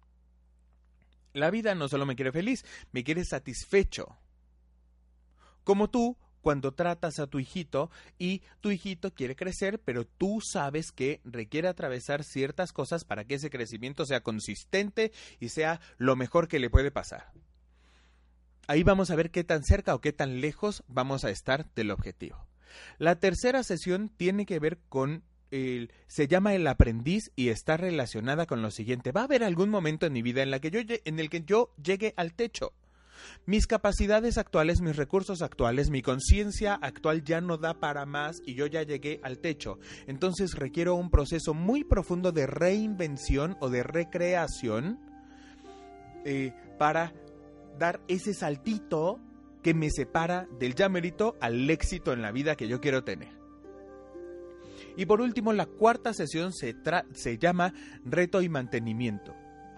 La vida no solo me quiere feliz, me quiere satisfecho. Como tú, cuando tratas a tu hijito y tu hijito quiere crecer, pero tú sabes que requiere atravesar ciertas cosas para que ese crecimiento sea consistente y sea lo mejor que le puede pasar. Ahí vamos a ver qué tan cerca o qué tan lejos vamos a estar del objetivo. La tercera sesión tiene que ver con, el, se llama el aprendiz y está relacionada con lo siguiente. Va a haber algún momento en mi vida en, la que yo, en el que yo llegue al techo. Mis capacidades actuales, mis recursos actuales, mi conciencia actual ya no da para más y yo ya llegué al techo. Entonces requiero un proceso muy profundo de reinvención o de recreación eh, para dar ese saltito que me separa del ya mérito al éxito en la vida que yo quiero tener. Y por último, la cuarta sesión se, tra- se llama reto y mantenimiento.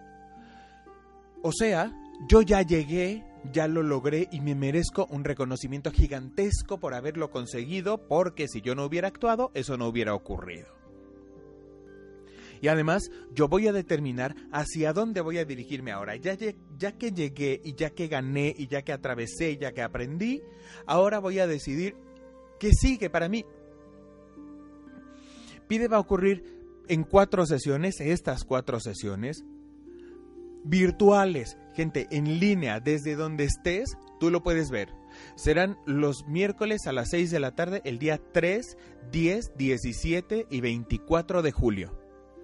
O sea, yo ya llegué, ya lo logré y me merezco un reconocimiento gigantesco por haberlo conseguido, porque si yo no hubiera actuado, eso no hubiera ocurrido. Y además, yo voy a determinar hacia dónde voy a dirigirme ahora. Ya, ya que llegué y ya que gané y ya que atravesé y ya que aprendí, ahora voy a decidir qué sigue para mí. Pide va a ocurrir en cuatro sesiones, estas cuatro sesiones, virtuales, gente, en línea, desde donde estés, tú lo puedes ver. Serán los miércoles a las seis de la tarde, el día tres, diez, diecisiete y veinticuatro de julio.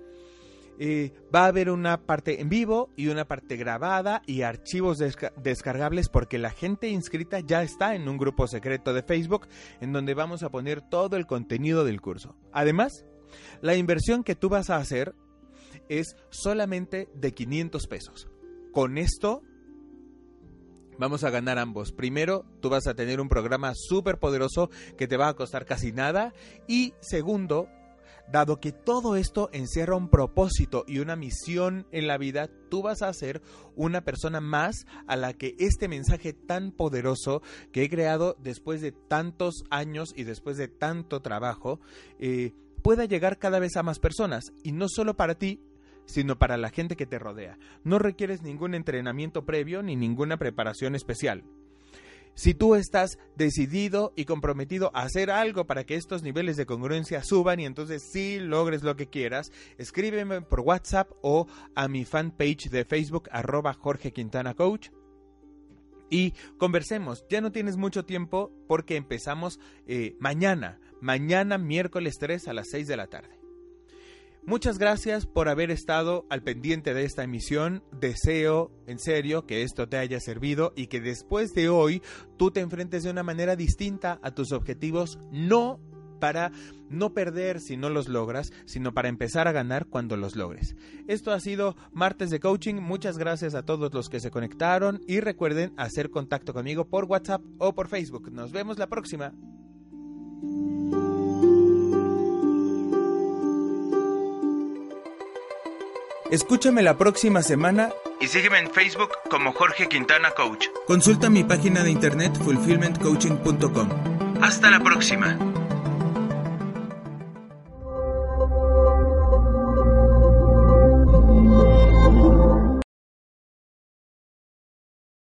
Eh, va a haber una parte en vivo y una parte grabada y archivos desca- descargables porque la gente inscrita ya está en un grupo secreto de Facebook en donde vamos a poner todo el contenido del curso. Además, la inversión que tú vas a hacer es solamente de quinientos pesos. Con esto vamos a ganar ambos. Primero, tú vas a tener un programa súper poderoso que te va a costar casi nada. Y segundo, dado que todo esto encierra un propósito y una misión en la vida, tú vas a ser una persona más a la que este mensaje tan poderoso que he creado después de tantos años y después de tanto trabajo, eh, pueda llegar cada vez a más personas. Y no solo para ti, sino para la gente que te rodea. No requieres ningún entrenamiento previo ni ninguna preparación especial. Si tú estás decidido y comprometido a hacer algo para que estos niveles de congruencia suban y entonces sí logres lo que quieras, escríbeme por WhatsApp o a mi fanpage de Facebook, arroba Jorge Quintana Coach, y conversemos. Ya no tienes mucho tiempo porque empezamos eh, mañana, mañana miércoles tres a las seis de la tarde. Muchas gracias por haber estado al pendiente de esta emisión. Deseo, en serio, que esto te haya servido y que después de hoy tú te enfrentes de una manera distinta a tus objetivos, no para no perder si no los logras, sino para empezar a ganar cuando los logres. Esto ha sido Martes de Coaching. Muchas gracias a todos los que se conectaron y recuerden hacer contacto conmigo por WhatsApp o por Facebook. Nos vemos la próxima. Escúchame la próxima semana y sígueme en Facebook como Jorge Quintana Coach. Consulta mi página de internet fulfillment coaching punto com. Hasta la próxima.